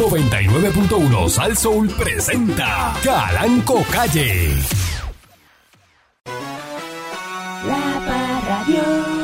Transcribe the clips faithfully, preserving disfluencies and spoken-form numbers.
noventa y nueve punto uno Sal Soul presenta Calanco Calle. La Parradio.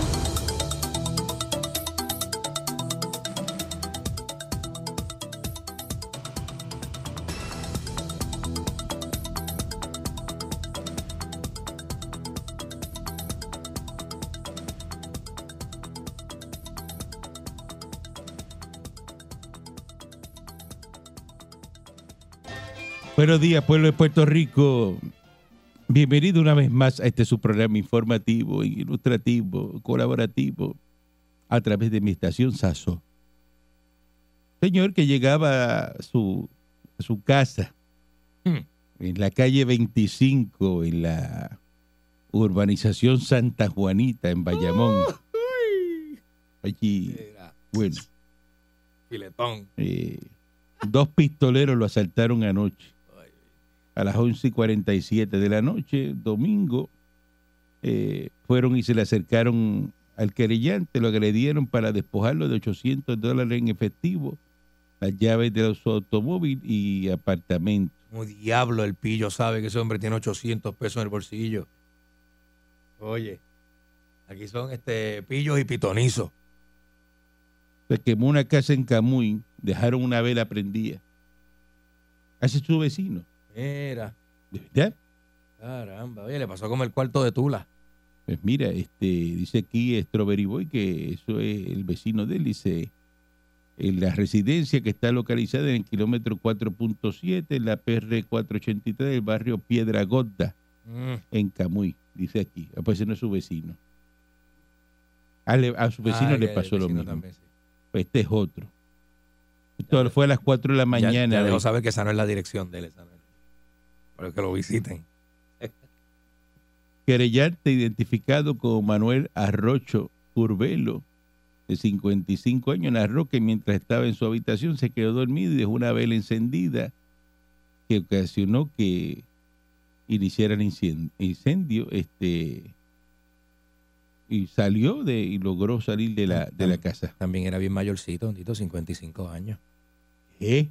Buenos días, pueblo de Puerto Rico. Bienvenido una vez más a este su programa informativo, ilustrativo, colaborativo, a través de mi estación Saso. Señor que llegaba a su, a su casa hmm. en la calle veinticinco, en la urbanización Santa Juanita, en Bayamón. Allí, bueno, filetón. Eh, dos pistoleros lo asaltaron anoche. A las once y cuarenta y siete de la noche, domingo, eh, fueron y se le acercaron al querellante, lo agredieron para despojarlo de ochocientos dólares en efectivo, las llaves de su automóvil y apartamento. Como diablo el pillo sabe que ese hombre tiene ochocientos pesos en el bolsillo. Oye, aquí son este pillos y pitonizos. Se quemó una casa en Camuy, dejaron una vela prendida. Ese es su vecino. Mira. ¿De verdad? Caramba, oye, le pasó como el cuarto de Tula. Pues mira, este, dice aquí Strawberry Boy que eso es el vecino de él, dice, en la residencia que está localizada en el kilómetro cuatro punto siete, en la P R cuatrocientos ochenta y tres del barrio Piedra Gorda, mm. en Camuy, dice aquí. Ah, pues ese no es su vecino. A, le, a su vecino ah, le pasó lo mismo. También, sí. Pues este es otro. Esto ya, fue a las cuatro de la mañana. Ya, ya dejó saber que esa no es la dirección de él, esa no es. Para que lo visiten. Querellante identificado como Manuel Arrocho Curvelo, de cincuenta y cinco años, narró que mientras estaba en su habitación se quedó dormido y dejó una vela encendida que ocasionó que iniciara el incendio, incendio este, y salió de y logró salir de la, de la casa. También era bien mayorcito, cincuenta y cinco años. ¿Qué?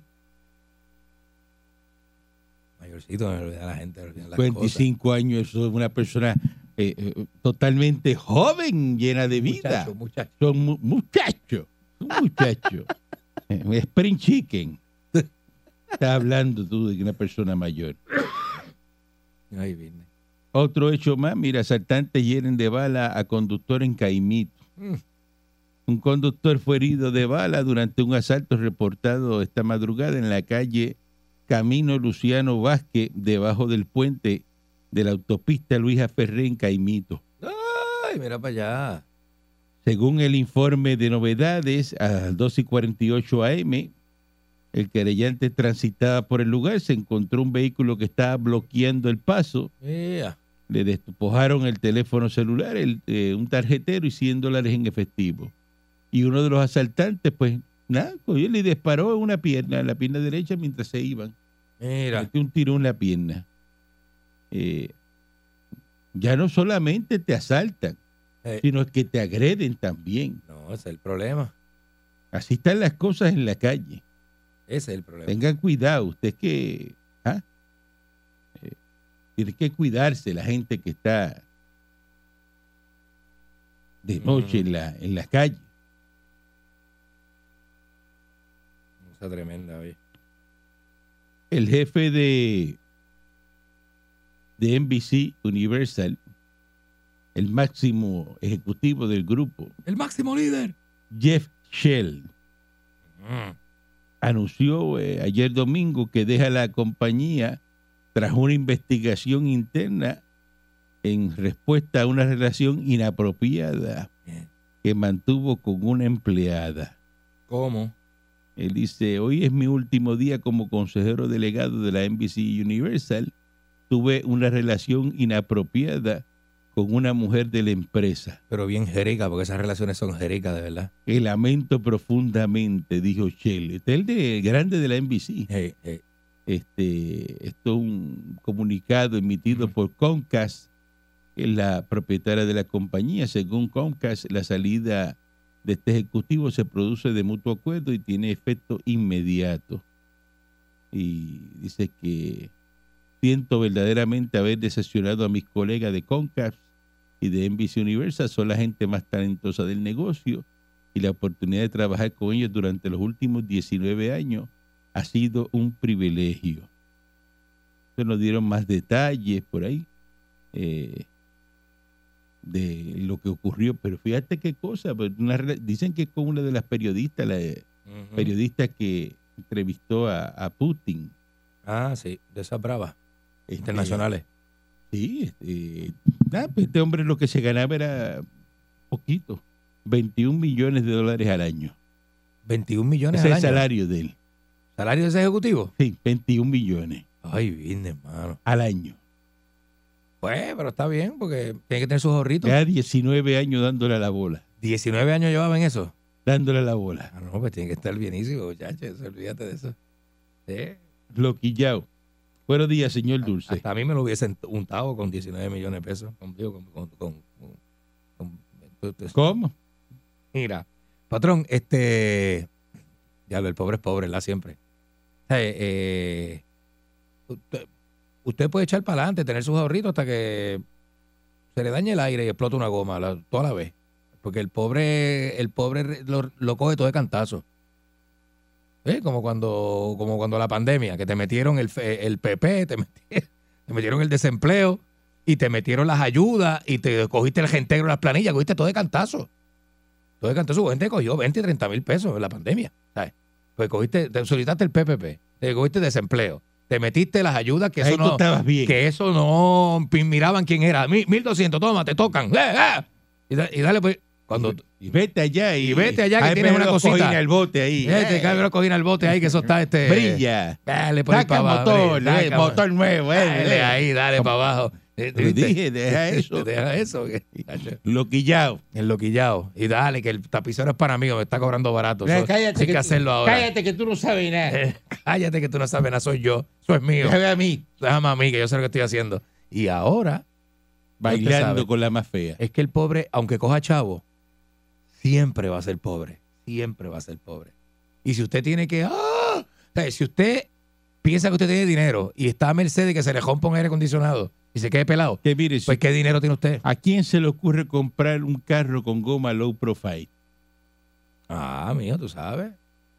Mayorcito, me olvida la gente. cincuenta y cinco años, eso es una persona eh, eh, totalmente joven, llena de vida. Muchacho, muchacho. Son mu- muchachos, un muchacho. Un spring chicken. Estás hablando tú de una persona mayor. Ahí viene. Otro hecho más, mira, asaltantes hieren de bala a conductor en Caimito. Mm. Un conductor fue herido de bala durante un asalto reportado esta madrugada en la calle Camino Luciano Vázquez, debajo del puente de la autopista Luisa Ferré en Caimito. ¡Ay, mira para allá! Según el informe de novedades, a las dos y cuarenta y ocho a eme, el querellante transitaba por el lugar, se encontró un vehículo que estaba bloqueando el paso. Yeah. Le despojaron el teléfono celular, el, eh, un tarjetero y cien dólares en efectivo. Y uno de los asaltantes, pues, nada, cogió, le disparó en una pierna, en la pierna derecha mientras se iban. Mira. Metió un tiro en la pierna. Eh, ya no solamente te asaltan, eh. sino que te agreden también. No, ese es el problema. Así están las cosas en la calle. Ese es el problema. Tengan cuidado, usted es que ¿ah? eh, tiene que cuidarse la gente que está de noche mm. en la en la calle. Esa tremenda, oye. El jefe de de N B C Universal, el máximo ejecutivo del grupo, el máximo líder, Jeff Shell, mm. anunció eh, ayer domingo que deja la compañía tras una investigación interna en respuesta a una relación inapropiada que mantuvo con una empleada. ¿Cómo? Él dice, hoy es mi último día como consejero delegado de la N B C Universal. Tuve una relación inapropiada con una mujer de la empresa. Pero bien jerica, porque esas relaciones son jericas, de verdad. Que lamento profundamente, dijo Shell. Este es el de, grande de la N B C. Hey, hey. Este, esto es un comunicado emitido mm. por Comcast, que es la propietaria de la compañía. Según Comcast, la salida de este ejecutivo se produce de mutuo acuerdo y tiene efecto inmediato. Y dice que siento verdaderamente haber decepcionado a mis colegas de Comcast y de N B C Universal. Son la gente más talentosa del negocio y la oportunidad de trabajar con ellos durante los últimos diecinueve años ha sido un privilegio. Se nos dieron más detalles por ahí eh, de lo que ocurrió, pero fíjate qué cosa, una, dicen que es con una de las periodistas, la uh-huh. periodista que entrevistó a, a Putin. Ah, sí, de esas bravas este, internacionales. Sí, este, nah, pues este hombre lo que se ganaba era poquito, veintiún millones de dólares al año. veintiún millones Ese al es el año. salario de él. ¿Salario de ese ejecutivo? Sí, veintiún millones. Ay, bien, hermano. Al año. Pues, pero está bien, porque tiene que tener sus ahorritos. Ya diecinueve años dándole a la bola. diecinueve años llevaba en eso. Dándole a la bola. Ah, no, pues tiene que estar bienísimo, muchachos. Olvídate de eso. Sí. Loquillao. Buenos días, señor Dulce. Hasta a mí me lo hubiesen untado con diecinueve millones de pesos. Con, con, con, con, con, con, ¿Cómo? Mira, patrón, este... Ya, el pobre es pobre, ¿la? Siempre. Eh, eh, usted, usted puede echar para adelante, tener sus ahorritos hasta que se le dañe el aire y explota una goma la, toda la vez. Porque el pobre el pobre lo, lo coge todo de cantazo. ¿Eh? Como cuando como cuando la pandemia, que te metieron el, el P P, te metieron, te metieron el desempleo y te metieron las ayudas y te cogiste el reintegro de las planillas, cogiste todo de cantazo. Todo de cantazo. Gente cogió veinte y treinta mil pesos en la pandemia, ¿sabes? Pues cogiste, te solicitaste el P P P, te cogiste desempleo, te metiste las ayudas que Ahí eso tú no, estabas bien. que eso no miraban quién era. mil doscientos, toma, te tocan. ¡Eh, eh! Y, da, y dale, pues, cuando... Y vete allá y, y vete allá que ahí tienes una los cosita. cojines al bote ahí. Eh, te cae la cojina al bote ahí, que eso está este... Brilla. Dale por ahí Saca para abajo. motor, saca, eh, motor nuevo. Eh, Dale eh. ahí, dale para abajo. Te dije, deja eso. Deja eso. Loquillao. El loquillao. Y dale, que el tapicero es para mí, me está cobrando barato. Mira, So, cállate hay que que tú- hacerlo ahora. Cállate que tú no sabes nada. Eh, cállate que tú no sabes nada, soy yo. Eso es mío. Déjame a mí Déjame a mí, que yo sé lo que estoy haciendo. Y ahora, usted bailando sabe, con la más fea. es que el pobre, aunque coja chavo, siempre va a ser pobre. Siempre va a ser pobre. Y si usted tiene que... ¡Ah! O sea, si usted piensa que usted tiene dinero y está a merced de que se le rompa un aire acondicionado y se quede pelado, Que mire, si- pues ¿qué dinero tiene usted? ¿a quién se le ocurre comprar un carro con goma low profile? Ah, mío, tú sabes.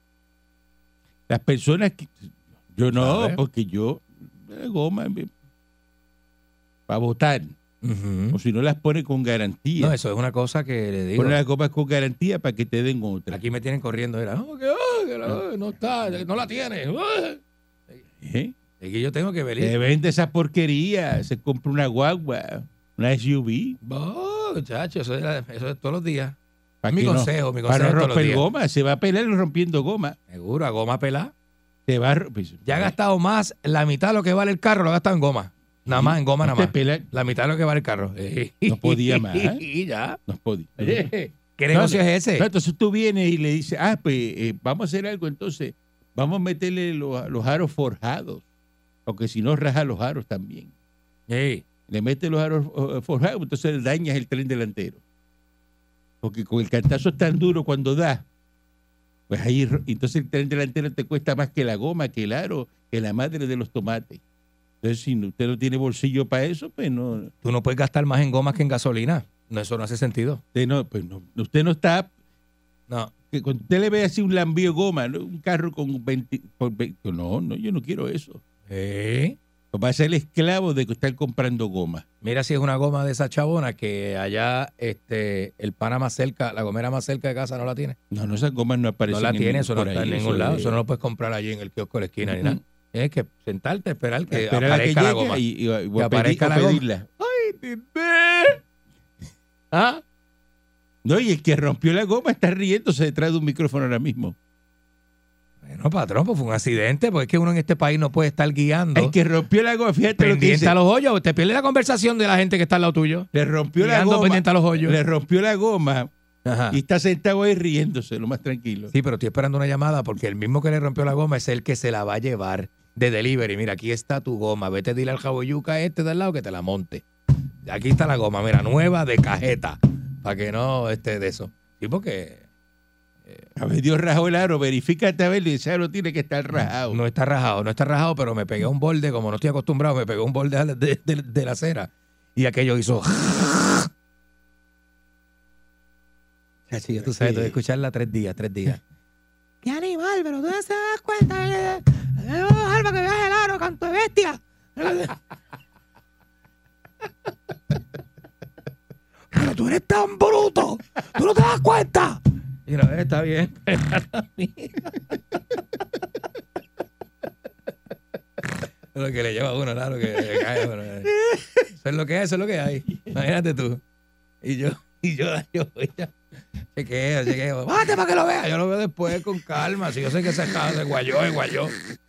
Las personas que... Yo no, ¿Sabe? porque yo... eh, Goma... Para votar. Ujú. O si no las pone con garantía. No, eso es una cosa que le digo. Pone las gomas con garantía para que te den otra. Aquí me tienen corriendo. Era, no, que, ah, que la- no está, no la tiene. ah. ¿Eh? Es que yo tengo que Se venir. vende esa porquería. Se compra una guagua, una S U V. Oh, muchacho, eso, es- eso es todos los días. ¿Para Mi que no? consejo, mi Para consejo no todos los romper días. goma. Se va a pelear rompiendo goma. Seguro, a goma pelada. Se va a ro- pues, Ya ha gastado más, la mitad de lo que vale el carro lo ha gastado en goma. Nada más, en goma no nada te más. pela- La mitad de lo que vale el carro. No podía más. Y ya. No podía. ¿Qué No, negocio no, es ese? no, entonces tú vienes y le dices, ah, pues eh, vamos a hacer algo entonces. Vamos a meterle los, los aros forjados. Porque si no, raja los aros también. Ey, Le metes los aros eh, forjados, entonces dañas el tren delantero. Porque con el cantazo es tan duro cuando da, pues ahí, ro- entonces el tren delantero te cuesta más que la goma, que el aro, que la madre de los tomates. Entonces, si no- usted no tiene bolsillo para eso, pues no, tú no puedes gastar más en gomas que en gasolina. No, eso no hace sentido. usted no, pues no, usted no está, No. que cuando usted le ve así un lambío de goma, ¿no? Un carro con veinte, por veinte, no, no, yo no quiero eso. Eh, Va a ser el esclavo de que estar comprando goma. Mira si es una goma de esa chabona que allá este el pana más cerca, la gomera más cerca de casa no la tiene. No, no, esas gomas no aparecen. No la en tiene, ningún- eso no por está en ahí, ningún lado. es- Eso no lo puedes comprar allí en el kiosco de la esquina ni Ujú. nada. Tienes que sentarte, esperar que Esperar a que aparezca la llegue goma. y, y- y voy Que a pedir- aparezca a la goma. pedirla. ¡Ay, bebé! ¿Ah? No, y el que rompió la goma está riéndose detrás de un micrófono ahora mismo. Bueno, patrón, pues fue un accidente, porque es que uno en este país no puede estar guiando El que rompió la goma, fíjate lo que pendiente dice. a los hoyos. Te pierde la conversación de la gente que está al lado tuyo. Le rompió la Guiando goma. pendiente a los hoyos. Le rompió la goma Ajá. y está sentado ahí riéndose, lo más tranquilo. Sí, pero estoy esperando una llamada porque el mismo que le rompió la goma es el que se la va a llevar de delivery. Mira, aquí está tu goma. Vete a dile al jaboyuca este de al lado que te la monte. Aquí está la goma, mira, nueva de cajeta. Para que no esté de eso. Sí, porque A ver, Dios rajó el aro, verifícate a ver, ese aro tiene que estar rajado. No está rajado, no está rajado, pero me pegué un borde, como no estoy acostumbrado, me pegué un borde de, de- de- de la acera. Y aquello hizo... Chachi, ya tú sabes, tengo que escucharla tres días, tres días. ¡Qué animal! Pero tú no se das cuenta. Alba, que veas el aro, canto de bestia. Pero tú eres tan bruto. Tú no te das cuenta. Y la vez está bien. Lo que le lleva a uno, claro, que le cae. Bueno, eh. Eso es lo que hay, eso es lo que hay. Imagínate tú. Y yo, y yo, yo, ya. Chequeo, chequeo. Bájate para que lo vea. Yo lo veo después con calma. Si yo sé que se se guayó, se guayó.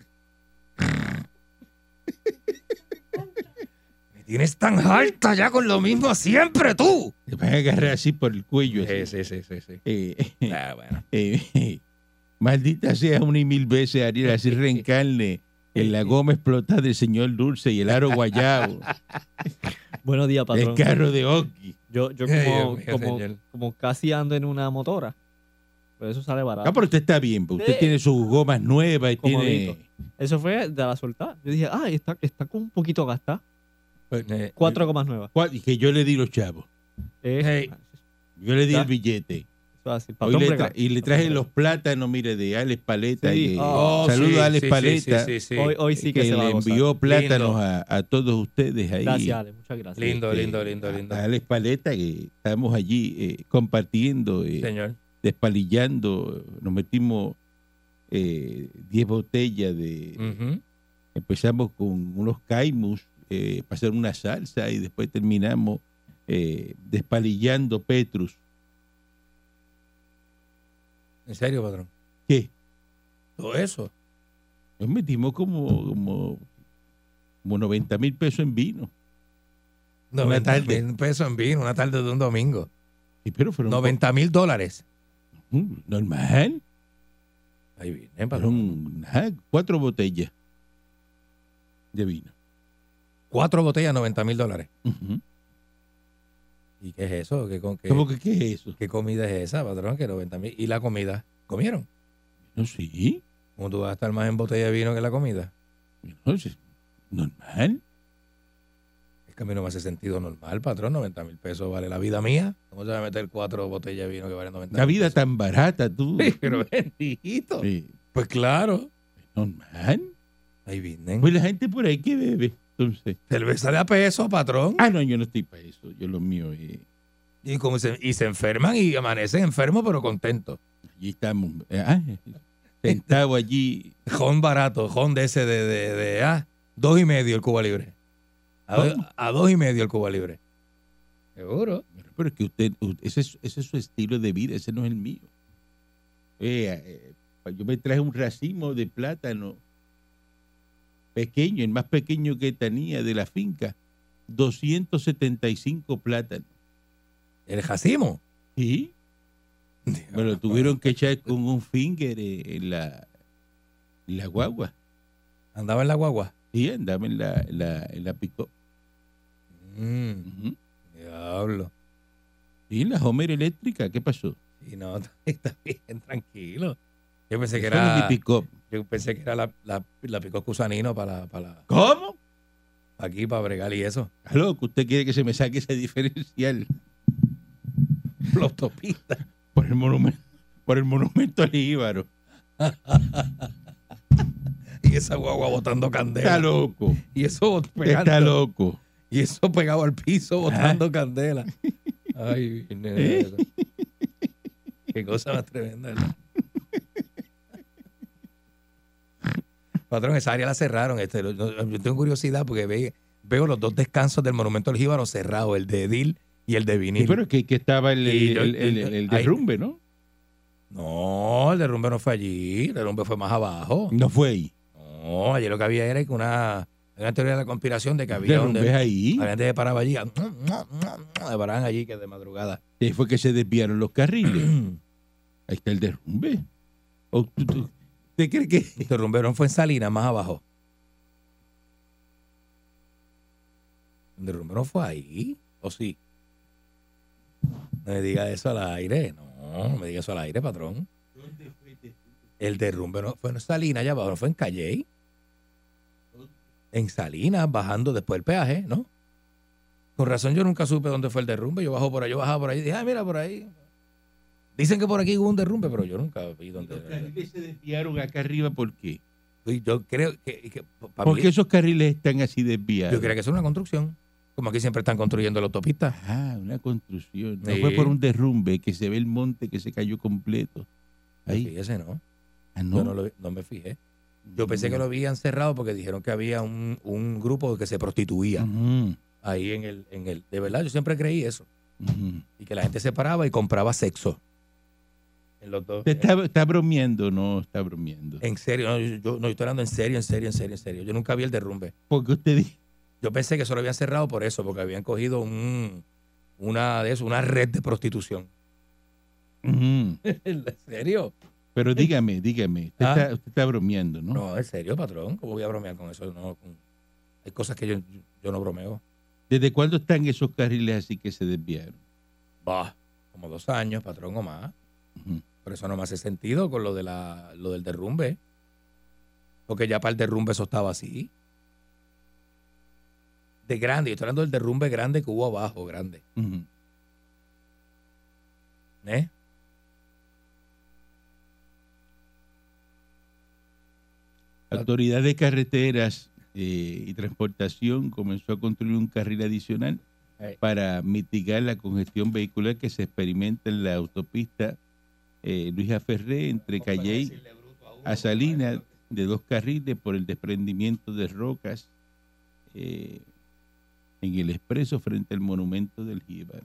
Me tienes tan harta ya con lo mismo siempre tú. Te vas a agarrar así por el cuello. Sí, así. sí, sí, sí, sí. Eh, Ah, bueno. eh, maldita sea una y mil veces, Ariel, así reencarne en la goma explotada del señor Dulce y el aro guayabo, Buenos días, el patrón. carro de Oki. Yo, yo Ay, como, Dios mío, como, señor. como casi ando en una motora. Pero eso sale barato. Ah, pero usted está bien, porque usted Sí. tiene sus gomas nuevas y Comodito. tiene... Eso fue de la soltada. Yo dije, ah, está, está con un poquito gastada. Eh, Cuatro gomas nuevas. ¿Cuál? Y que yo le di los chavos. Eh, Hey. Yo le di Ya. el billete. Eso así. Hoy Patrón le brega. tra- y le traje los plátanos, mire, de Alex Paleta. Sí. y, eh, Oh, saludos sí, a Alex sí, Paleta, Sí, sí, sí, sí. Hoy, hoy sí que, que se va le a gozar. envió plátanos Lindo. a, a todos ustedes ahí. Gracias, Ale. Muchas gracias. Lindo, Este, lindo, lindo, lindo. A Alex Paleta, que estamos allí eh, compartiendo, eh, Señor. despalillando. Nos metimos eh, diez botellas de... Ujú. Empezamos con unos caimus eh, para hacer una salsa y después terminamos eh, despalillando Petrus. ¿En serio, patrón? ¿Qué? Todo eso. Nos metimos como, como, como noventa mil pesos en vino. noventa tarde. mil pesos en vino, una tarde de un domingo. Sí, pero fueron noventa mil dólares. Mm, normal. Ahí viene, patrón. Fueron ajá, cuatro botellas de vino. Cuatro botellas, noventa mil dólares. Ujú. ¿Y qué es eso? ¿Qué, con, qué, ¿Cómo que qué es eso? qué comida es esa, patrón? Que noventa mil. ¿Y la comida? ¿Comieron? No, sí. ¿Cómo tú vas a estar más en botella de vino que la comida? No, sí, normal. Es que a mí no me hace sentido normal, patrón. noventa mil pesos vale la vida mía. ¿Cómo se va a meter cuatro botellas de vino que valen noventa La mil vida pesos? tan barata, tú. Sí, pero bendito. Sí, Pues claro. normal. Ahí vienen. Pues la gente por ahí que bebe. Entonces, Cerveza de a peso, patrón. ah, no, yo no estoy para eso. Yo lo mío es... Y, como se, y se enferman y amanecen enfermos, pero contentos. Allí estamos, eh, ah, sentado allí. Jón barato, jón de ese de, de, de ah, dos y medio el Cuba Libre. A, do- ¿Cómo? a dos y medio el Cuba Libre. Seguro. Pero es que usted, u- ese es, ese es su estilo de vida, ese no es el mío. Eh, eh, yo me traje un racimo de plátano pequeño, el más pequeño que tenía de la finca, doscientos setenta y cinco plátanos. El jacimo. ¿Sí? Me lo tuvieron que echar con un finger eh, en la, en la guagua. Andaba en la guagua. Sí, andaba en la, en la, en la pick-up. Mm, Ujú. diablo. Sí, la Homer eléctrica, ¿qué pasó? Y no, está bien, tranquilo. Yo pensé que Esa no es era. mi pick-up. Yo pensé que era la, la, la picó Cusanino para, la, para la- ¿Cómo? aquí, para bregar y eso. Está loco, usted quiere que se me saque ese diferencial La autopista. por el monumento, por el monumento al Jíbaro. Y esa guagua botando candela. Está loco, Y eso pegando. está loco. Y eso pegado al piso botando candela. Ay, nena. Qué cosa más tremenda, ¿verdad? Patrón, esa área la cerraron. Este, lo- lo- yo tengo curiosidad porque ve- veo los dos descansos del Monumento al Jíbaro cerrados, el de Edil y el de Sí, Vinil. pero que, que estaba el, Y el, yo- el- el- el ahí- derrumbe, ¿no? No, el derrumbe no fue allí, el derrumbe fue más abajo. No fue ahí. No, allí lo que había era que una, una teoría de la conspiración de que había Derrumbe donde es ahí. la gente se paraba allí, se paraban allí que de madrugada. Ahí fue que se desviaron los carriles. Ahí está el derrumbe. ¿O tú- tú- ¿Usted cree que El derrumbe no fue en Salinas, más abajo. El derrumbe no fue ahí, ¿o sí? No me diga eso al aire, no, no me diga eso al aire, patrón. El derrumbe no fue en Salinas, allá abajo, no fue en Calley. En Salinas, bajando después del peaje, ¿no? Con razón yo nunca supe dónde fue el derrumbe. Yo bajo por ahí, yo bajaba por ahí y dije, ah, mira, por ahí. Dicen que por aquí hubo un derrumbe, pero yo nunca vi dónde. Los carriles se desviaron acá arriba, ¿por qué? Y yo creo que... que pa- ¿Por qué esos carriles están así desviados? Yo creo que es una construcción. Como aquí siempre están construyendo la autopista. Ah, una construcción. No Sí. fue por un derrumbe, que se ve el monte que se cayó completo. Ahí. Fíjese, ¿no? Ah, no. Yo no, lo vi- no me fijé. Yo pensé que lo habían cerrado porque dijeron que había un, un grupo que se prostituía Ujú, ahí en el, en el... De verdad, yo siempre creí eso. ujú. Y que la gente se paraba y compraba sexo. En los dos. Usted está, está bromeando, no está bromeando. En serio, no, yo, yo- no, yo estoy hablando en serio, en serio, en serio, en serio. Yo nunca vi el derrumbe. Porque usted dice, Yo pensé que eso lo habían cerrado por eso, porque habían cogido un, una de eso, una red de prostitución. ujú. ¿En serio? Pero dígame, dígame, usted, Ah. está, usted está bromeando, ¿no? No, en serio, patrón. ¿Cómo voy a bromear con eso? No, con- hay cosas que yo, yo no bromeo. ¿Desde cuándo están esos carriles así que se desviaron? Bah, como dos años, patrón, o más. Ujú. Por eso no me hace sentido con lo de la, lo del derrumbe. Porque ya para el derrumbe eso estaba así. De grande, yo estoy hablando del derrumbe grande que hubo abajo, grande. Ujú. ¿Eh? La Autoridad de Carreteras eh, y Transportación comenzó a construir un carril adicional Ey. para mitigar la congestión vehicular que se experimenta en la autopista eh, Luis A. Ferré entre Calley a Salinas, de dos carriles por el desprendimiento de rocas eh, en el expreso frente al monumento del Jíbaro.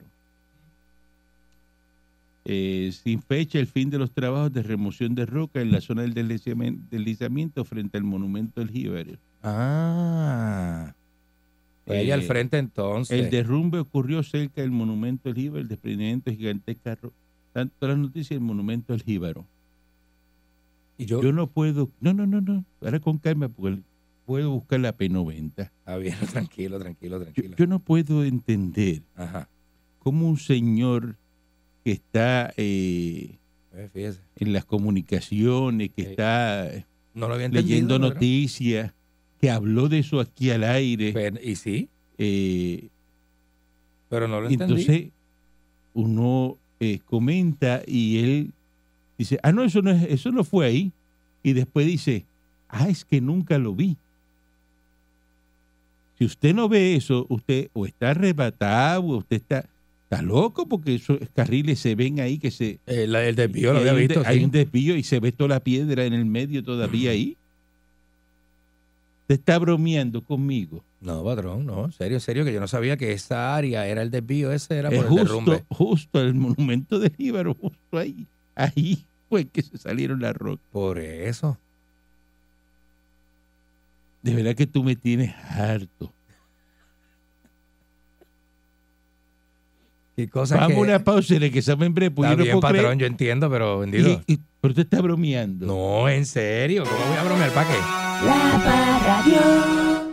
Eh, sin fecha el fin de los trabajos de remoción de roca en la zona del deslizamiento, deslizamiento frente al monumento del Jíbaro. Ah. Fue ahí Eh, al frente entonces. El derrumbe ocurrió cerca del monumento del Jíbaro, el desprendimiento de gigantesca roca. Tanto las noticias del monumento del Jíbaro. y yo, Yo no puedo, no, no, no, no, ahora con calma, porque puedo buscar la P noventa. Ah, bien, tranquilo, tranquilo, Yo, tranquilo. yo no puedo entender Ajá. cómo un señor que está eh, Eh, fíjese. en las comunicaciones, que Sí. está No lo había entendido. leyendo patrón. noticias, que habló de eso aquí al aire, Pero- y sí, eh, pero no lo entendí. entonces uno eh, comenta y él dice, ah, no, eso no, es, eso no fue ahí. Y después dice, ah, es que nunca lo vi. Si usted no ve eso, usted o está arrebatado, o usted está, está loco, porque esos carriles se ven ahí que se... Eh, la- el desvío lo hay había un de- visto. Hay sí. un desvío y se ve toda la piedra en el medio todavía ahí. Usted está bromeando conmigo. No, patrón, no. En serio, en serio, que yo no sabía que esa área era el desvío, ese era por Es el justo, derrumbe. justo el monumento de Jíbaro, justo ahí. Ahí fue que se salieron las rocas. Por eso. De verdad que tú me tienes harto. Qué cosa Vamos a que... una pausa y regresamos en breve. Porque Está yo no bien, puedo creer- patrón, yo entiendo, pero bendito. Y- y- pero usted está bromeando. No, en serio, ¿cómo voy a bromear? ¿Para qué? La Parradio.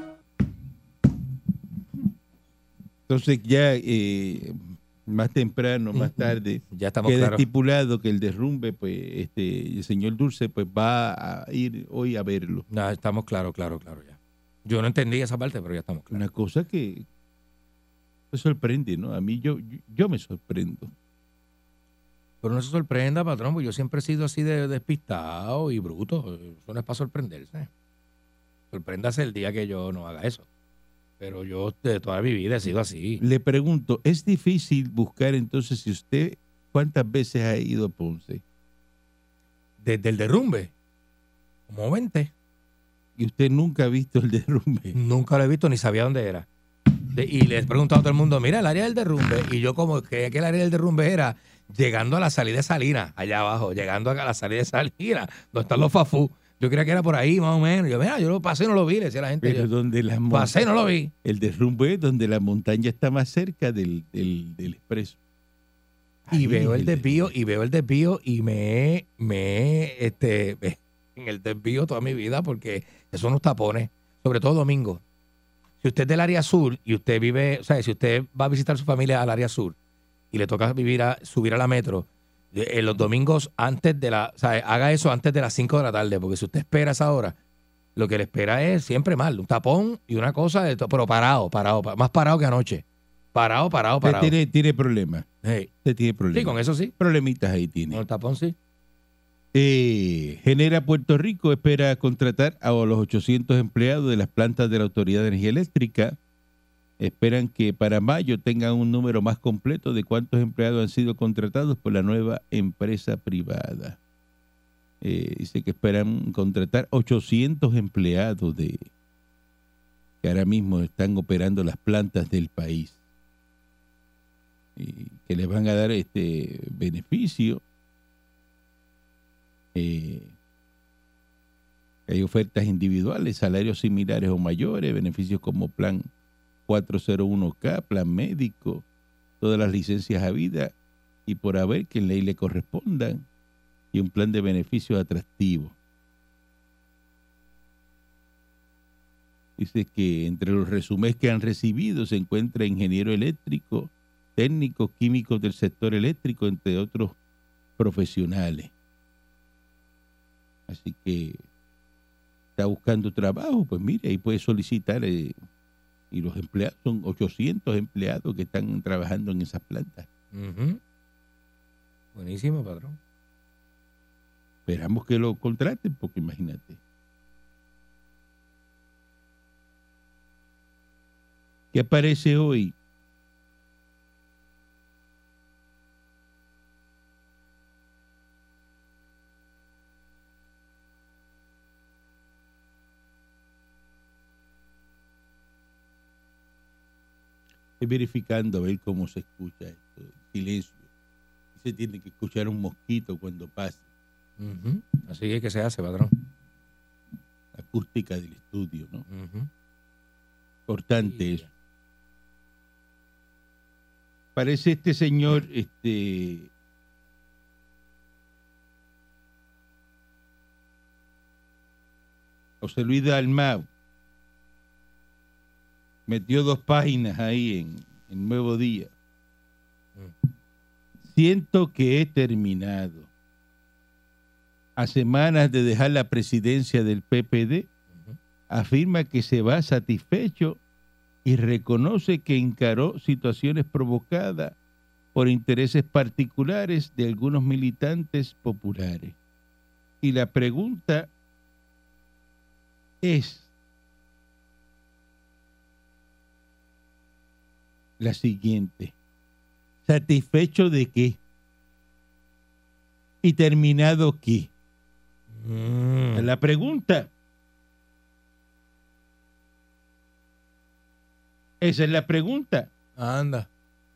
Entonces ya eh, más temprano, más tarde, Ya estamos queda claros. estipulado que el derrumbe, pues este el señor Dulce pues va a ir hoy a verlo. No, estamos claros, claro, claro, ya. Yo no entendí esa parte, pero ya estamos claros. Una cosa que me sorprende, ¿no? A mí yo, yo, yo me sorprendo. Pero no se sorprenda, patrón, porque yo siempre he sido así de despistado y bruto. Eso no es para sorprenderse. Sorpréndase el día que yo no haga eso. Pero yo de toda mi vida he sido así. Le pregunto, ¿es difícil buscar entonces si usted cuántas veces ha ido a Ponce Desde el derrumbe, como veinte, y usted nunca ha visto el derrumbe? nunca lo he visto ni sabía dónde era. De- y les he preguntado a todo el mundo, mira, el área del derrumbe. Y yo como que el área del derrumbe era llegando a la salida de Salinas, allá abajo, llegando a la salida de Salinas, donde están los Fafú. Yo creía que era por ahí, más o menos. Yo, mira, yo lo pasé y no lo vi, le decía a la gente. Pero Yo, donde las pasé y montañas, no lo vi. el derrumbe es donde la montaña está más cerca del, del, del expreso. Y Ahí veo es el desvío, y veo el desvío, y me, he- me, he, este, me- en el desvío toda mi vida, porque eso nos tapones, sobre todo domingo. Si usted es del área sur y usted vive, o sea, si usted va a visitar a su familia al área sur y le toca vivir a, subir a la metro, Eh, los domingos antes de la, o sea, haga eso antes de las cinco de la tarde, porque si usted espera a esa hora, lo que le espera es siempre mal, un tapón y una cosa, de to- pero parado, parado, pa- más parado que anoche. Parado, parado, Usted parado. tiene, tiene problemas. Hey. Usted tiene problemas. Sí, con eso sí. Problemitas ahí tiene. Con el tapón sí. Eh, Genera Puerto Rico espera contratar a los ochocientos empleados de las plantas de la Autoridad de Energía Eléctrica. Esperan que para mayo tengan un número más completo de cuántos empleados han sido contratados por la nueva empresa privada. Eh, dice que esperan contratar ochocientos empleados de que ahora mismo están operando las plantas del país y que les van a dar este beneficio. Eh, hay ofertas individuales, salarios similares o mayores, beneficios como plan cuatrocientos uno K, plan médico, todas las licencias habidas y por haber que en ley le correspondan y un plan de beneficios atractivo. Dice que entre los resúmenes que han recibido se encuentra ingeniero eléctrico, técnicos, químicos del sector eléctrico, entre otros profesionales. Así que está buscando trabajo, pues mire, ahí puede solicitar, eh, y los empleados, son ochocientos empleados que están trabajando en esas plantas. Ujú. Buenísimo, patrón. Esperamos que lo contraten, porque imagínate. ¿Qué aparece hoy? Estoy verificando a ver cómo se escucha esto, el silencio. Se tiene que escuchar un mosquito cuando pase. Ujú. Así es que se hace, patrón. La acústica del estudio, ¿no? Ujú. Importante Sí. eso. Parece este señor, este, José Luis Dalmau, metió dos páginas ahí en el Nuevo Día. Siento que he terminado. A semanas de dejar la presidencia del P P D, afirma que se va satisfecho y reconoce que encaró situaciones provocadas por intereses particulares de algunos militantes populares. Y la pregunta es la siguiente: ¿satisfecho de qué? ¿Y terminado qué? Mm. La pregunta. Esa es la pregunta. Anda.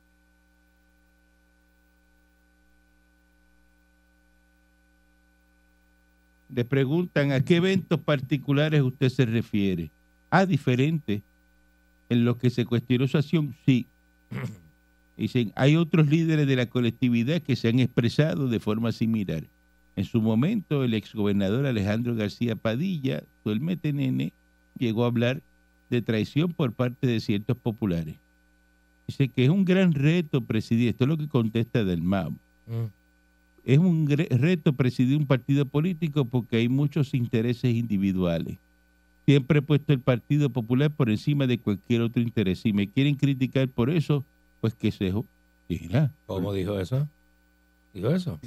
Le preguntan a qué eventos particulares usted se refiere. Ah, diferente. En lo que se cuestionó su acción, sí. Dicen, hay otros líderes de la colectividad que se han expresado de forma similar. En su momento, el exgobernador Alejandro García Padilla, el Metenene, llegó a hablar de traición por parte de ciertos populares. Dice que es un gran reto presidir, esto es lo que contesta del M A M. Mm. Es un gre- reto presidir un partido político porque hay muchos intereses individuales. Siempre he puesto el Partido Popular por encima de cualquier otro interés. Si me quieren criticar por eso, pues que se jo- Mira, ¿Cómo dijo eso? ¿Dijo eso?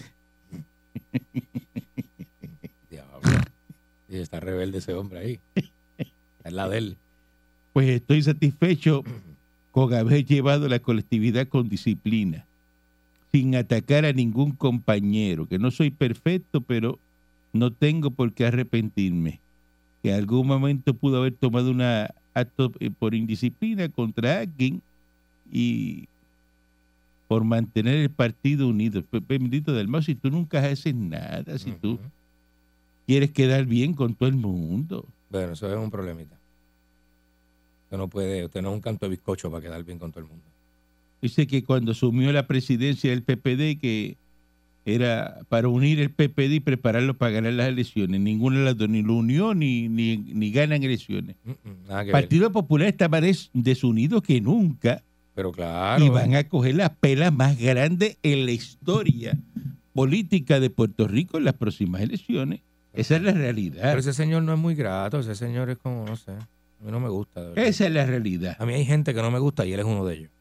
Diablo. Sí, está rebelde ese hombre ahí. Es la de él. pues estoy satisfecho con haber llevado la colectividad con disciplina, sin atacar a ningún compañero, que no soy perfecto, pero no tengo por qué arrepentirme. Que en algún momento pudo haber tomado un acto eh, por indisciplina contra alguien y por mantener el partido unido. Pe- Bendito del mal, si tú nunca haces nada, si tú Ujú. quieres quedar bien con todo el mundo. Bueno, eso es un problemita. Usted no puede, usted no es un canto de bizcocho para quedar bien con todo el mundo. Dice que cuando asumió la presidencia del P P D, que era para unir el P P D y prepararlo para ganar las elecciones. Ninguna de las dos, ni lo unió ni, ni, ni ganan elecciones. Mm, mm, nada que El ver. Partido Popular está más des- desunido que nunca Pero claro. y van a coger las pelas más grandes en la historia política de Puerto Rico en las próximas elecciones. Esa es la realidad. Pero ese señor no es muy grato, ese señor es como, no sé, a mí no me gusta. De verdad. Esa es la realidad. A mí hay gente que no me gusta y él es uno de ellos.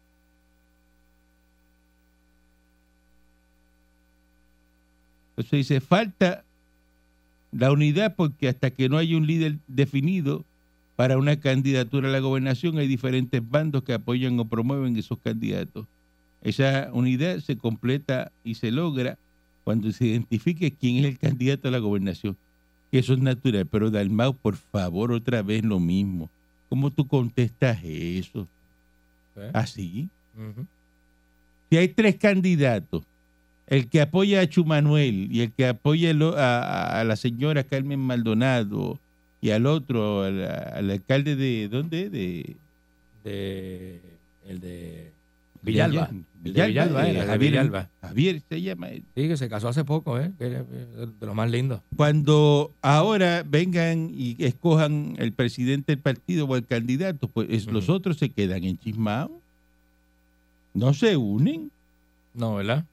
Entonces dice, falta la unidad porque hasta que no haya un líder definido para una candidatura a la gobernación hay diferentes bandos que apoyan o promueven esos candidatos. Esa unidad se completa y se logra cuando se identifique quién es el candidato a la gobernación. Que eso es natural. Pero Dalmau, por favor, otra vez lo mismo. ¿Cómo tú contestas eso? ¿Eh? Así. Uh-huh. Si hay tres candidatos, el que apoya a Chumanuel y el que apoya a, a la señora Carmen Maldonado y al otro, al, al alcalde de, ¿dónde? De, de el de Villalba. El de Villalba, Villalba, eh, era, de Javier, Villalba. Javier se llama él. Sí, que se casó hace poco, ¿eh? Que es de lo más lindo. Cuando ahora vengan y escojan el presidente del partido o el candidato, pues es, Ujú. los otros se quedan enchismados. No se unen. No, ¿verdad?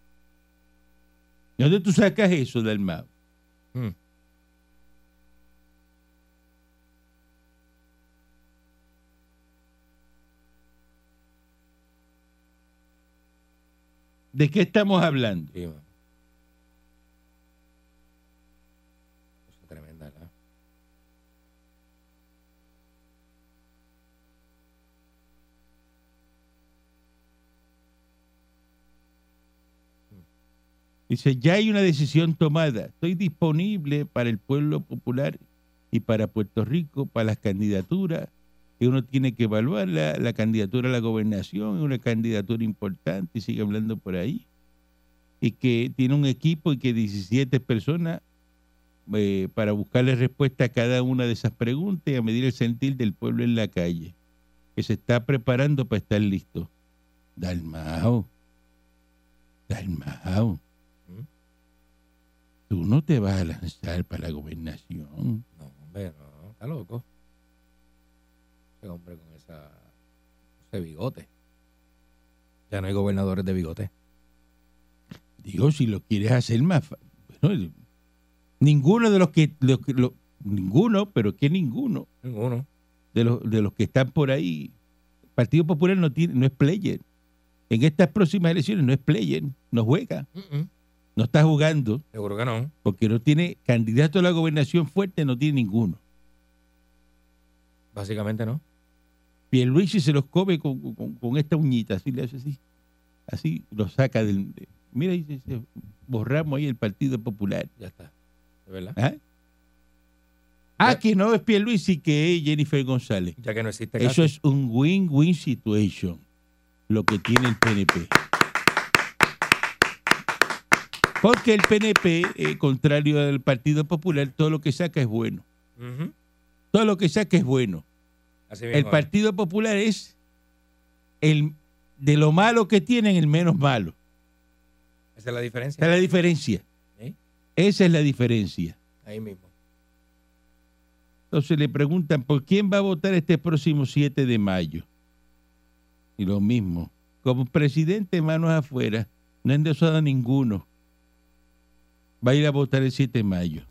¿De dónde tú sacas eso, Dalmau? Mm. ¿De qué estamos hablando? Sí, man. Cosa tremenda, ¿verdad? Dice, ya hay una decisión tomada. Estoy disponible para el pueblo popular y para Puerto Rico, para las candidaturas, que uno tiene que evaluar. La, la candidatura a la gobernación es una candidatura importante y sigue hablando por ahí. Y que tiene un equipo y que diecisiete personas eh, para buscarle respuesta a cada una de esas preguntas y a medir el sentir del pueblo en la calle, que se está preparando para estar listo. Dalmau, Dalmau. Tú no te vas a lanzar para la gobernación. No, hombre, no, está loco. Ese hombre con esa, ese bigote. Ya no hay gobernadores de bigote. Digo, si lo quieres hacer más... fa- Bueno, ninguno de los que... Los, que- lo- ninguno, pero que ninguno Ninguno. de los, de los que están por ahí. El Partido Popular no, tiene, no es player. En estas próximas elecciones no es player, no juega, Mm-mm. no está jugando, Seguro que no. porque no tiene candidato a la gobernación fuerte, no tiene ninguno. Básicamente no. Pierluisi se los come con, con, con esta uñita, así le hace así. Así lo saca del... de- mira, ahí se- se- borramos ahí el Partido Popular. Ya está. ¿De verdad? ¿Ah? Ah, Ya- que no es Pierluisi, que es Jennifer González. Ya que no existe Eso casi. es un win-win situation, lo que tiene el P N P. Porque el P N P, eh, contrario al Partido Popular, todo lo que saca es bueno. Ujú. Todo lo que saca es bueno. Así El mismo es. Partido Popular es el de lo malo que tienen, el menos malo. Esa es la diferencia. Esa es la diferencia. ¿Sí? Esa es la diferencia. Ahí mismo. Entonces le preguntan, ¿por quién va a votar este próximo siete de mayo? Y lo mismo. Como presidente, manos afuera, no ha endosado a ninguno. Va a ir a votar el siete de mayo.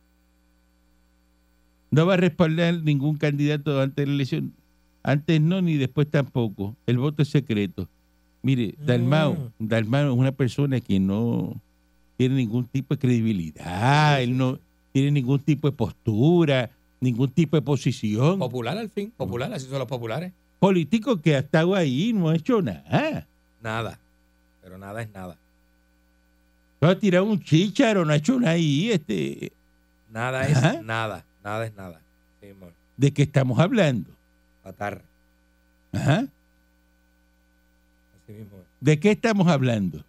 No va a respaldar ningún candidato antes de la elección. Antes no, ni después tampoco. El voto es secreto. Mire, Dalmau, Dalmau es una persona que no tiene ningún tipo de credibilidad. Él no tiene ningún tipo de postura, ningún tipo de posición. Popular al fin. Popular, así son los populares. Político que ha estado ahí, no ha hecho nada. Nada. Pero nada es nada. No ha tirado un chícharo, no ha hecho nada ahí. Este, Nada es Ajá. nada. Nada es nada. Sí, amor. ¿de qué estamos hablando? Patar. Ajá. Así mismo es. ¿De qué estamos hablando?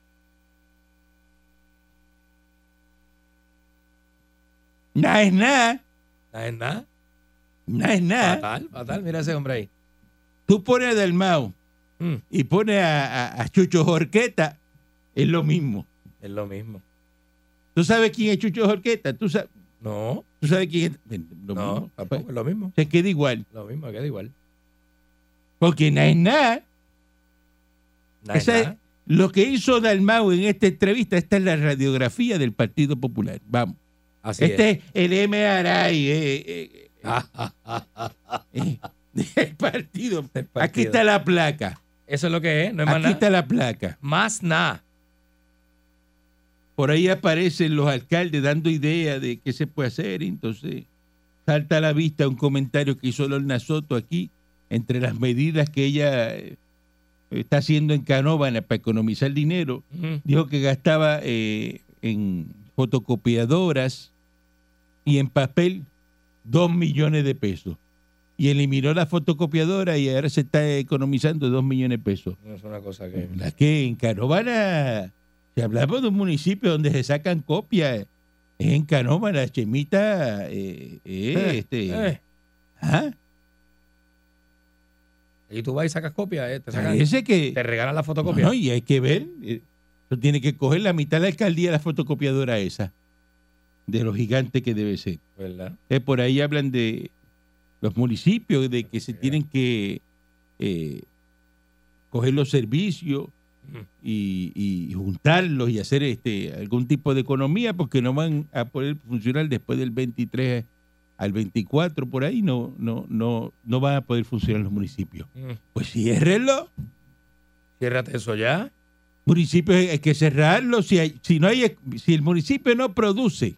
Nada es nada. Nada es nada. Nada es nada. Fatal, fatal. Mira ese hombre ahí. Tú pones a Dalmau Mm, y pones a, a- a Chucho Jorqueta, es lo mismo. es lo mismo. ¿Tú sabes quién es Chucho Jorqueta? ¿Tú sabes, No, tú sabes quién es? Lo no, mismo. tampoco es lo mismo. Se queda igual. Lo mismo, queda igual. Porque nada es nada. Nada es Esa es nada. lo que hizo Dalmau en esta entrevista, esta es la radiografía del Partido Popular. Vamos. Así Este es. es el M R I eh, eh, eh, del partido. Del partido. Aquí está la placa. Eso es lo que es, no es más Aquí nada. está la placa. Más nada. Por ahí aparecen los alcaldes dando ideas de qué se puede hacer. Entonces salta a la vista un comentario que hizo Lorna Soto aquí, entre las medidas que ella eh, está haciendo en Canóvana para economizar dinero. Ujú. Dijo que gastaba eh, en fotocopiadoras y en papel dos millones de pesos. Y eliminó la fotocopiadora y ahora se está economizando dos millones de pesos. No es una cosa que... La que en Canóvana, si hablamos de un municipio donde se sacan copias, es en Canóvana, Chemita, eh, eh, Eh, este, eh. ¿ah? Y tú vas y sacas copias, eh, te, sacan- Parece que, te regalan la fotocopia. no, y hay que ver, eh, eso tiene que coger la mitad de la alcaldía de la fotocopiadora esa, de lo gigante que debe ser. ¿Verdad? Eh, por ahí hablan de los municipios, de que se tienen que eh, coger los servicios Ujú. y, y juntarlos y hacer este algún tipo de economía, porque no van a poder funcionar después del veintitrés al veinticuatro, por ahí no no no no van a poder funcionar los municipios. Mm. Pues ciérrenlo. Ciérrate eso ya. Municipios hay que cerrarlos. Si hay, si no hay, si el municipio no produce,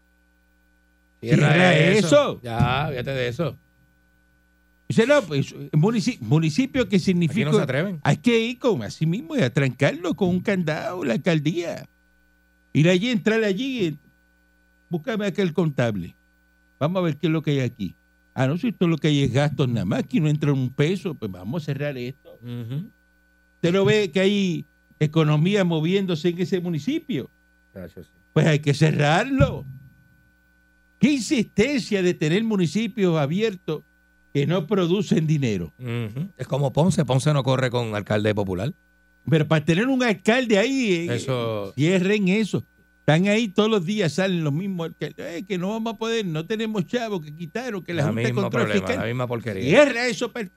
Cierra eso. Ya, fíjate de eso. dice, no, pues, municipio, municipio que Aquí significa no se atreven. hay que ir con así mismo y atrancarlo con un candado, la alcaldía. Ir allí, entrar allí, eh, búscame aquel contable. Vamos a ver qué es lo que hay aquí. Ah, no, si esto lo que hay es gastos nada más, que no entra un peso, pues vamos a cerrar esto. Ujú. Usted lo ve que hay economía moviéndose en ese municipio. Chacho, sí. Pues hay que cerrarlo. ¿Qué insistencia de tener municipios abiertos que no producen dinero? Ujú. Es como Ponce. Ponce no corre con alcalde popular. Pero para tener un alcalde ahí, eh, Eso- cierren eso. Están ahí todos los días, salen los mismos alcaldes. Eh, que no vamos a poder, no tenemos chavos, que quitaron, que la, La Junta de misma Control problema, Fiscal. la misma porquería. Cierra eso, para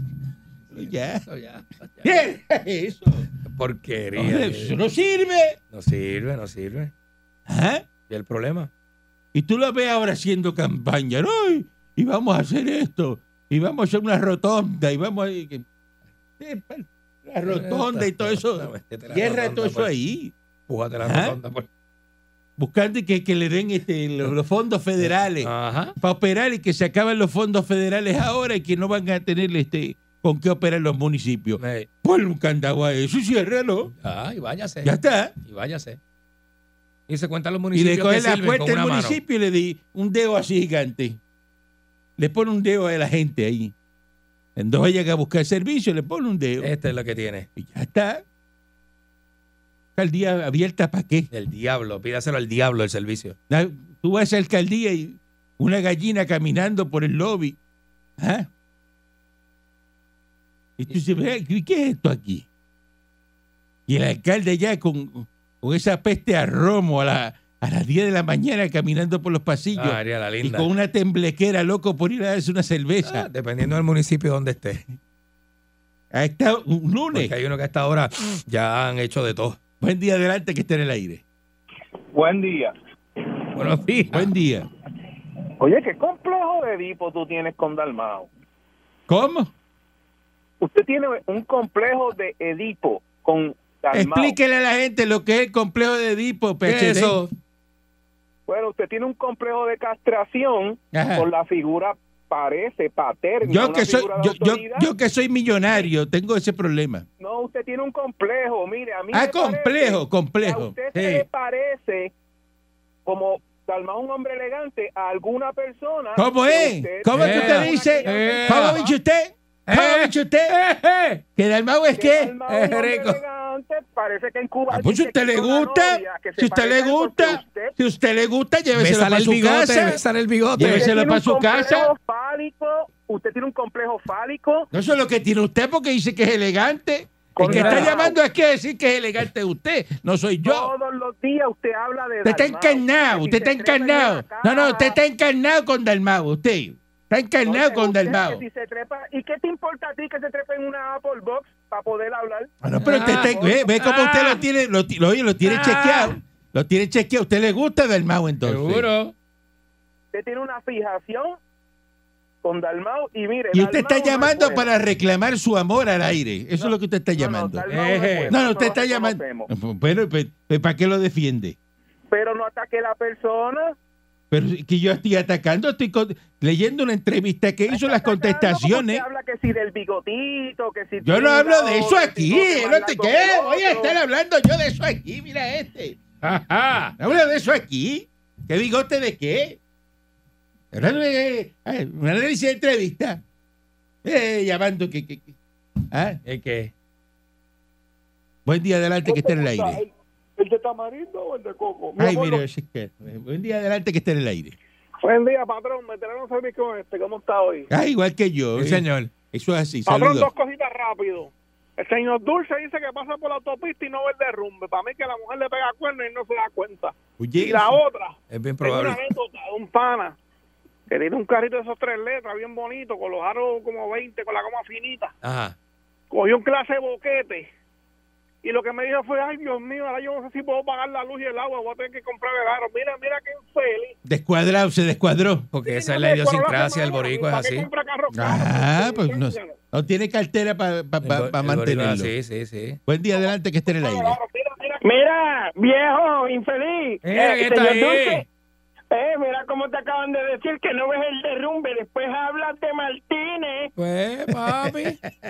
ya. Eso ya. ya. Cierra eso. Porquería. Hombre, eh. eso no sirve. No sirve, no sirve. Ajá. ¿Y el problema? Y tú lo ves ahora haciendo campaña, ¿no? Y, y vamos a hacer esto, y vamos a hacer una rotonda, y vamos a... que- eh, la rotonda y todo eso. Métete la Cierra rotonda, todo eso pues. ahí. Pújate la Ajá. rotonda, pues. Buscando que, que le den este, los, los fondos federales Ajá. para operar y que se acaban los fondos federales ahora y que no van a tener este, con qué operar los municipios. Eh, Ponle un candado a eso y ciérralo. ah, y váyase. Ya está. Y váyase. Y se cuentan los Y municipios le coge que la sirven puerta con del una mano. municipio y le di un dedo así gigante. Le pone un dedo a la gente ahí. En dos llega a buscar servicio, le pone un dedo. Este es lo que tiene. Y ya está. Alcaldía abierta para qué. El diablo. Pídaselo al diablo el servicio. Na- Tú vas a la alcaldía y una gallina caminando por el lobby. ¿Ah? Y tú dices, "Ve, ¿y qué es esto aquí? Y el alcalde ya con, con esa peste a romo a, la- a las diez de la mañana caminando por los pasillos. Ah, María la y linda. con una temblequera loco por ir a darse una cerveza. Ah, dependiendo del municipio donde esté. Ha estado un lunes. Porque hay uno que a esta hora ya han hecho de todo. Buen día adelante que esté en el aire. Buen día. Buenos días. Buen día. Oye, ¿qué complejo de Edipo tú tienes con Dalmau? ¿Cómo? Usted tiene un complejo de Edipo con Dalmau. Explíquele a la gente lo que es el complejo de Edipo, P ¿Qué H D. es eso? Bueno, usted tiene un complejo de castración Ajá. por la figura, parece, paterna. Yo una que soy, figura de yo, yo, autoridad. yo que soy millonario, tengo ese problema. No, usted tiene un complejo. Mire, a mí Ah, me complejo, parece que a complejo. usted Sí. se le parece como Dalmau, un hombre elegante, a alguna persona. ¿Cómo que es? usted- ¿Cómo es que usted Eh, dice? eh, ¿Cómo dice usted? ¿Cómo Eh, dice usted? eh, eh. ¿Que Dalmau es que qué? Dalmau, un Eh, hombre rico. elegante, parece que en Cuba. Ah, pues si dice usted que le tiene una gusta, novia que se si usted le parece porque gusta, usted si usted le gusta, lléveselo Bésale para el su bigote, casa. bésale el bigote. Lléveselo Usted tiene para un su casa. complejo fálico, usted tiene un complejo fálico. No, eso es lo que tiene usted porque dice que es elegante. El Con que está Dalmau. llamando aquí a decir que es elegante usted, no soy yo. Todos los días usted habla de Usted está Dalmau, encarnado, que usted si está se trepa en encarnado. una No, no, usted caja. está encarnado con Dalmau, usted. Está encarnado Oye, con usted Dalmau. que si se trepa- ¿Y qué te importa a ti que se trepe en una Apple Box? para poder hablar. Bueno, pero usted Ah, está- ve, ve cómo usted lo tiene, lo, ti- lo, oye, lo tiene Ah. chequeado. Lo tiene chequeado. ¿A usted le gusta Dalmau entonces? Seguro. Usted tiene una fijación con Dalmau y mire. Y usted está Dalmau no es llamando bueno. para reclamar su amor al aire. Eso es lo que usted está No, no, llamando. Dalmau no, es Eh. bueno, No, no, eso usted lo está llamando. reconocemos. Bueno, pues, pues, ¿para qué lo defiende? Pero no ataque a la persona. Pero que yo estoy atacando, estoy con- leyendo una entrevista que hizo las Está atacando porque contestaciones. usted habla que si del bigotito, que si Yo no hablo de eso que si aquí. no se No más te largo qué. que el Voy a otro. estar hablando yo de eso aquí. Mira este. Ajá. No hablo de eso aquí. ¿Qué bigote de qué? Hablando de eh, un análisis de entrevista. Eh, llamando que. que- que- ¿Ah? ¿Es que? Buen día, adelante, que esté en el aire. ¿El, el de tamarindo o el de coco? Mi Ay, amor, mire, ese es que- buen día, adelante, que esté en el aire. Buen día, patrón. Me trajeron un servicio con este. ¿Cómo está hoy? Ah, igual que yo. Sí, eh. señor. Eso es así. Patrón, Saludos. dos cositas rápido. El señor Dulce dice que pasa por la autopista y no ve el derrumbe. Para mí que la mujer le pega cuerno y no se da cuenta. Oye, Y la eso- otra, Es bien es una probable. anécdota de un pana que tiene un carrito de esos tres letras bien bonito, con los aros como veinte, con la goma finita. Ajá. Cogió un clase de boquete. Y lo que me dijo fue, ay, Dios mío, ahora yo no sé si puedo pagar la luz y el agua, voy a tener que comprar el aro. Mira, mira qué infeliz. Descuadrado, se descuadró. Porque esa Sí, es la no, idiosincrasia del por la boricua, es semana, ¿para así. qué compra carro caro? Ah, Porque pues no, entonces, no tiene cartera para El bo- el boricua, mantenerlo. Sí, sí, sí. Buen día, adelante, que esté en el aire. Mira, viejo, infeliz. Mira, Eh, ¿qué está señor ahí? Dulce, eh, mira cómo te acaban de decir que no ves el derrumbe. Después hablas de Martínez. Pues, papi.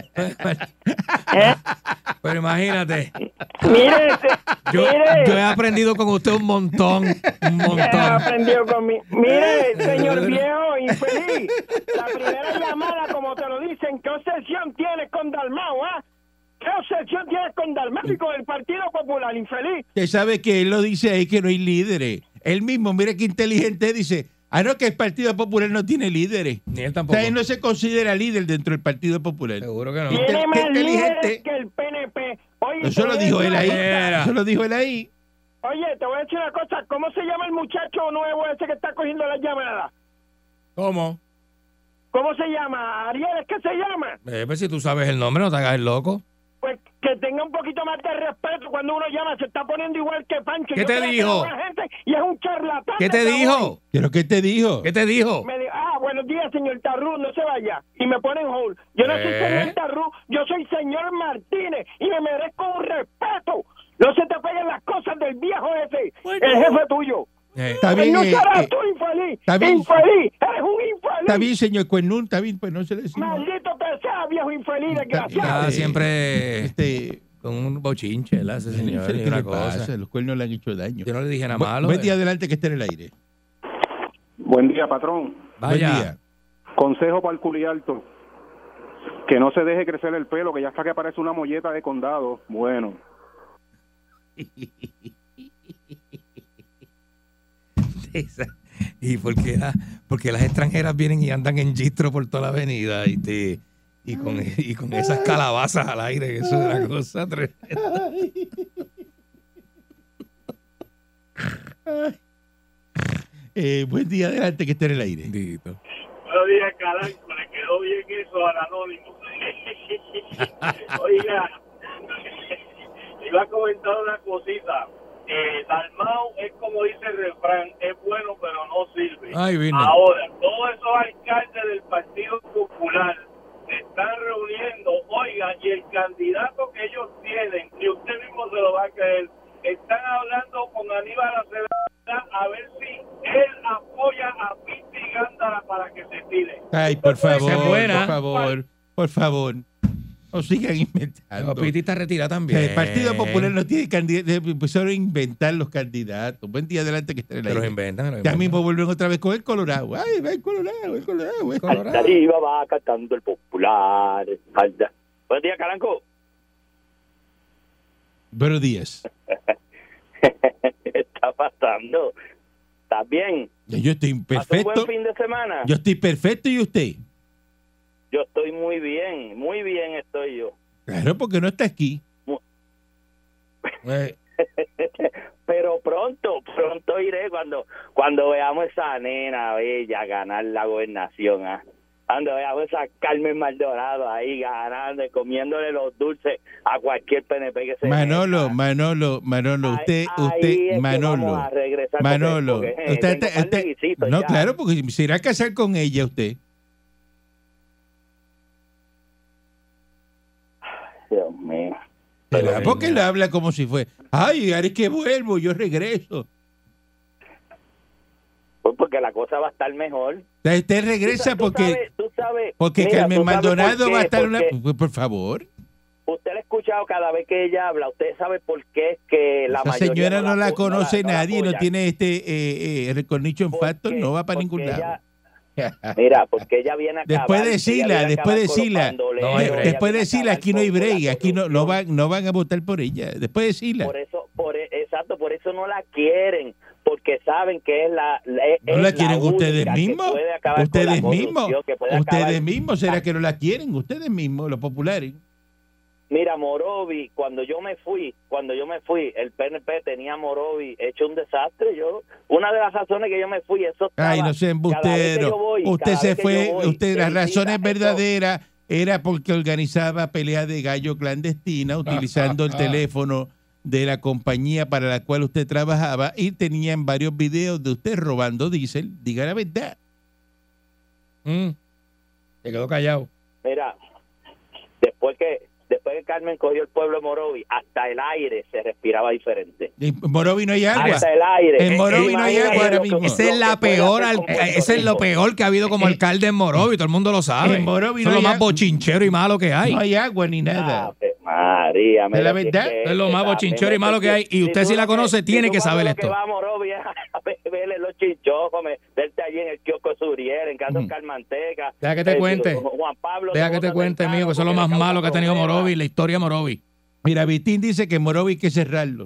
¿Eh? Pero imagínate. Mire, este, Yo, mire. yo he aprendido con usted un montón. Un Ya montón. aprendió conmigo. Mire, señor viejo, infeliz. La primera llamada, como te lo dicen, ¿qué obsesión tienes con Dalmau, ah? ¿Qué obsesión tienes con Dalmau y con el Partido Popular, infeliz? Usted sabe que él lo dice ahí que no hay líderes. Él mismo, mire qué inteligente, dice, ah, no, que el Partido Popular no tiene líderes. Ni él O tampoco. sea, él no se considera líder dentro del Partido Popular. Seguro que no. Inte- Tiene qué más inteligente. líderes que el P N P. Oye, Eso te lo voy a dijo decir él ahí. una cosa. Era. Eso lo dijo él ahí. Oye, te voy a decir una cosa. ¿Cómo se llama el muchacho nuevo ese que está cogiendo las llamadas? ¿Cómo? ¿Cómo se llama? ¿Ariel es que se llama? Eh, pues si tú sabes el nombre, no te hagas el loco. Pues que tenga un poquito más de respeto cuando uno llama. Se está poniendo igual que Pancho. ¿Qué Yo te creo que dijo? es buena gente y es un charlatán. ¿Qué te de dijo? Saboy. ¿Pero qué te dijo? ¿Qué te dijo? Me dijo, ah, buenos días, señor Tarrú, no se vaya. Y me pone en hold. Yo no soy ¿Eh? señor Tarrú, yo soy señor Martínez y me merezco un respeto. No se te peguen las cosas del viejo ese, el jefe tuyo. Eh, Está Pues bien, no eh, serás eh, tú, infeliz. está bien. Infeliz, eres un infeliz. Está bien, señor Cuernún, está bien, pues no se le decimos. Maldito que sea, viejo infeliz, Está- desgraciado. Ah, eh, siempre Este, con un bochinche, ¿verdad? Ese no señor. sé y qué una le cosa. pasa, los cuernos le han hecho daño. Yo no le dije nada Bu- malo. Buen eh. día, adelante, que esté en el aire. Buen día, patrón. Vaya. Buen día. Consejo para el culialto. Que no se deje crecer el pelo, que ya está que parece una molleta de condado. Bueno. Esa- Y porque, la- porque las extranjeras vienen y andan en gistro por toda la avenida y, te, y, con, y con esas calabazas al aire, que eso es una cosa tremenda. Eh, buen día, adelante, que esté en el aire. Bendito. Buenos días, Calanco. Le quedó bien eso al anónimo. Oiga, iba a comentar una cosita. Eh, Dalmau es como dice el refrán, es bueno pero no sirve. Ay, vino. Ahora, todos esos alcaldes del Partido Popular se están reuniendo, oiga, y el candidato que ellos tienen, y usted mismo se lo va a creer, están hablando con Aníbal Acevedo a ver si él apoya a Piti Gándara para que se tire. Ay, por favor, Esa es buena. por favor, por favor. No sigan inventando. No, Piti está retirada también. El Partido Popular no tiene candidatos, empezaron a inventar los candidatos. Buen día, adelante, que esté en el Se los aire. inventan. se los Ya inventan. mismo vuelven otra vez con el Colorado. Ay, va el Colorado, el Colorado. eh. Colorado. Arriba va cantando el popular. Anda. Buenos días, Calanco. Buenos días. ¿Qué está pasando? ¿Estás bien? Ya Yo estoy ¿Pasó un buen perfecto. fin de semana? Yo estoy perfecto, ¿y usted? Yo estoy muy bien, muy bien estoy yo. Claro, porque no está aquí. Eh, Pero pronto, pronto iré cuando cuando veamos esa nena bella ganar la gobernación. ¿ah? Ando, vea esa Carmen Maldonado ahí ganando y comiéndole los dulces a cualquier P N P que se Manolo, meta. Manolo, Manolo, usted, Ahí usted, es que Manolo, vamos a regresar Manolo, porque, porque, usted, tengo usted- par de guisitos no, ya. claro, porque se irá a casar con ella usted. Dios mío. ¿Verdad? Porque él habla como si fue, ay, ahora es que vuelvo, yo regreso. Pues porque la cosa va a estar mejor. O sea, usted regresa Tú porque, sabes- tú sabes- porque mira, Carmen tú sabes Maldonado por qué, va a estar una... porque Pues, por favor. Usted la ha escuchado cada vez que ella habla. Usted sabe por qué es que la Esa mayoría señora no la apo- conoce no la nadie, no apoyan. tiene este eh, eh, recognition factor, no va para Porque ningún lado. ella- Mira, porque ella viene a Después acabar, de ella Sila, viene a después de acabar con los Sila, bandoleros, No hay ella break. después viene de a Sila, acabar aquí no hay con la break, aquí no, no, corrupción. van, no van a votar por ella. Después de Sila. Por eso, por, e- exacto, por eso no la quieren, porque saben que es la, la- es ¿No la quieren única ustedes que mismos? puede acabar con Ustedes la mismos. corrupción, que puede Ustedes acabar- mismos, ¿será que no la quieren? Ustedes mismos, los populares. Mira, Morovi, cuando yo me fui, cuando yo me fui, el P N P tenía a Morovi hecho un desastre. Yo, una de las razones que yo me fui, eso estaba, Ay, no sea cada vez que yo embustero. voy, Usted cada se vez que fue, yo voy, usted, las de visita, razones eso- verdaderas era porque organizaba peleas de gallo clandestina utilizando el teléfono de la compañía para la cual usted trabajaba y tenían varios videos de usted robando diésel. Diga la verdad. Mm. Se quedó callado. Mira, después que después que Carmen cogió el pueblo de Morovi, hasta el aire se respiraba diferente. En Morovi no hay agua. Hasta el aire. En Morovi no hay Imagínate agua ahora lo que- mismo. Esa es lo la que puede peor, hacer al- con Puerto ese es lo Rico. peor que ha habido como alcalde en Morovi, todo el mundo lo sabe. En Morovi Eso no es lo hay más agua. bochinchero y malo que hay. No hay agua ni nada. Ave María, ¿Es la mira, verdad? que- Es lo más que- bochinchero y mira, malo que hay, y usted tú si la lo que- conoce tiene tú que cuando saber lo esto. Que va a Morovi a verle los chinchojos, me- verte allí en el kiosco Suriel, en casa Ujú. Oscar Manteca. Deja que te Eh, cuente. Juan Pablo. Deja te que te bota cuente, del mío, que eso es lo carro más porque le malo que ha tenido causa Morovi, problemas. la historia de Morovi. Mira, Vitín dice que Morovi hay que cerrarlo.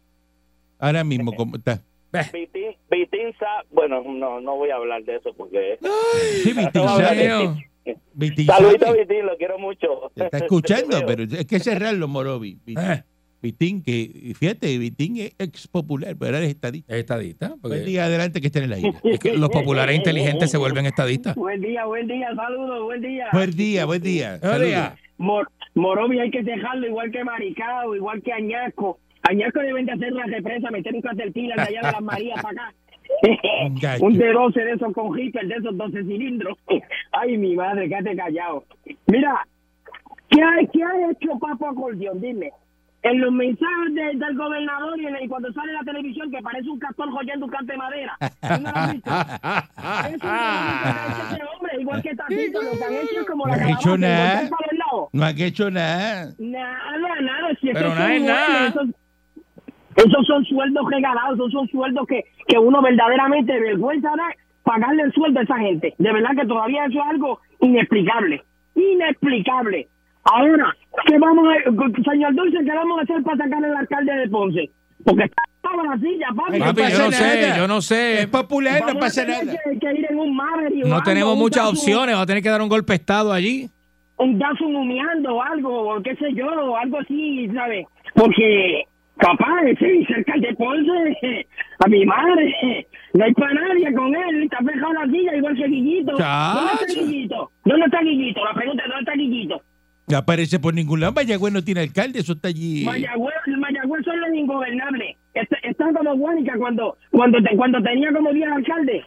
Ahora mismo, como está. Vitín, Vitín sa- bueno, no, no voy a hablar de eso porque... Sí, Vitín Vamos a sabe. hablar Mío. Vitín Saludito a sabe. Vitín, lo quiero mucho. Te está escuchando, Te pero hay que cerrarlo, Morovi. Vitín, Eh, Vitín, que fíjate, Vitín es ex popular, pero ahora es estadista. es estadista. Buen Porque día adelante que está en el aire. es que los populares inteligentes se vuelven estadistas. Buen día, buen día, saludos, buen día. Buen día, buen día. Buen Saludos. día. Mor- Morovi hay que dejarlo igual que Maricao, igual que Añasco. Añasco deben de hacer una represa, meter un caterpillar de allá de las Marías para acá. Gacho. Un de doce de esos con hiper, de esos doce cilindros. Ay, mi madre, quédate callado. Mira, ¿qué ha, qué ha hecho Papo Acordeón? Dime. En los mensajes de- del gobernador y, en el- y cuando sale en la televisión que parece un castor joyando un cante de madera. ¿Tú no lo has visto? Eso es lo que ha hecho ese hombre, igual que Tatito, lo que han hecho es como No la ha hecho calabaza, nada. voltear para los lados. No han hecho nada. Nada, nada. Si es Pero que nada son es nada. buenos, Esos, esos son sueldos regalados, esos son sueldos que, que uno verdaderamente vergüenza da pagarle el sueldo a esa gente. De verdad que todavía eso es algo inexplicable. Inexplicable. Ahora, ¿qué vamos a, señor Dulce, qué vamos a hacer para sacar al alcalde de Ponce? Porque estaba en la silla, papi. Ay, no Papi, yo pasa no sé, nada. yo no Es sé. popular, no Vamos pasa a tener nada. Que, que ir en un Maverick o No algo, tenemos un muchas Datsun- opciones, va a tener que dar un golpe de estado allí. un Datsun humeando o algo, o qué sé yo, o algo así, ¿sabes? Porque, capaz, sí, cerca de Ponce, a mi madre, no hay para nadie con él, está fijado la silla igual que Guillito. ¿Dónde está Chacho. Guillito? ¿Dónde está Guillito? La pregunta es, ¿dónde está Guillito? No aparece por ningún lado. Mayagüez no tiene alcalde, eso está allí. Mayagüez, Mayagüez son los ingobernables. Est- Están como Guánica cuando, cuando, te- cuando tenía como diez alcaldes.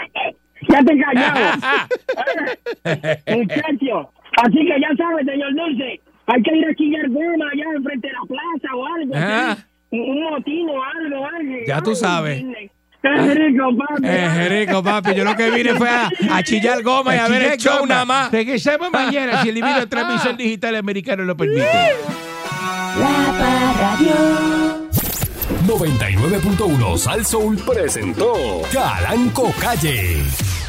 Ya te callado. Muchacho. Así que ya sabes, señor Dulce, hay que ir a chillar goma allá enfrente de la plaza o algo. Ah. Un, un motín o algo, algo. Ya tú Ay, sabes. dile. Es rico, papi. Es rico, papi. Yo lo que vine fue a, a chillar goma y a ver el show Goma. nada más. Regresamos mañana si el divino transmisor digital americano lo permite. La Parradio. noventa y nueve punto uno Sal Soul presentó Calanco Calle.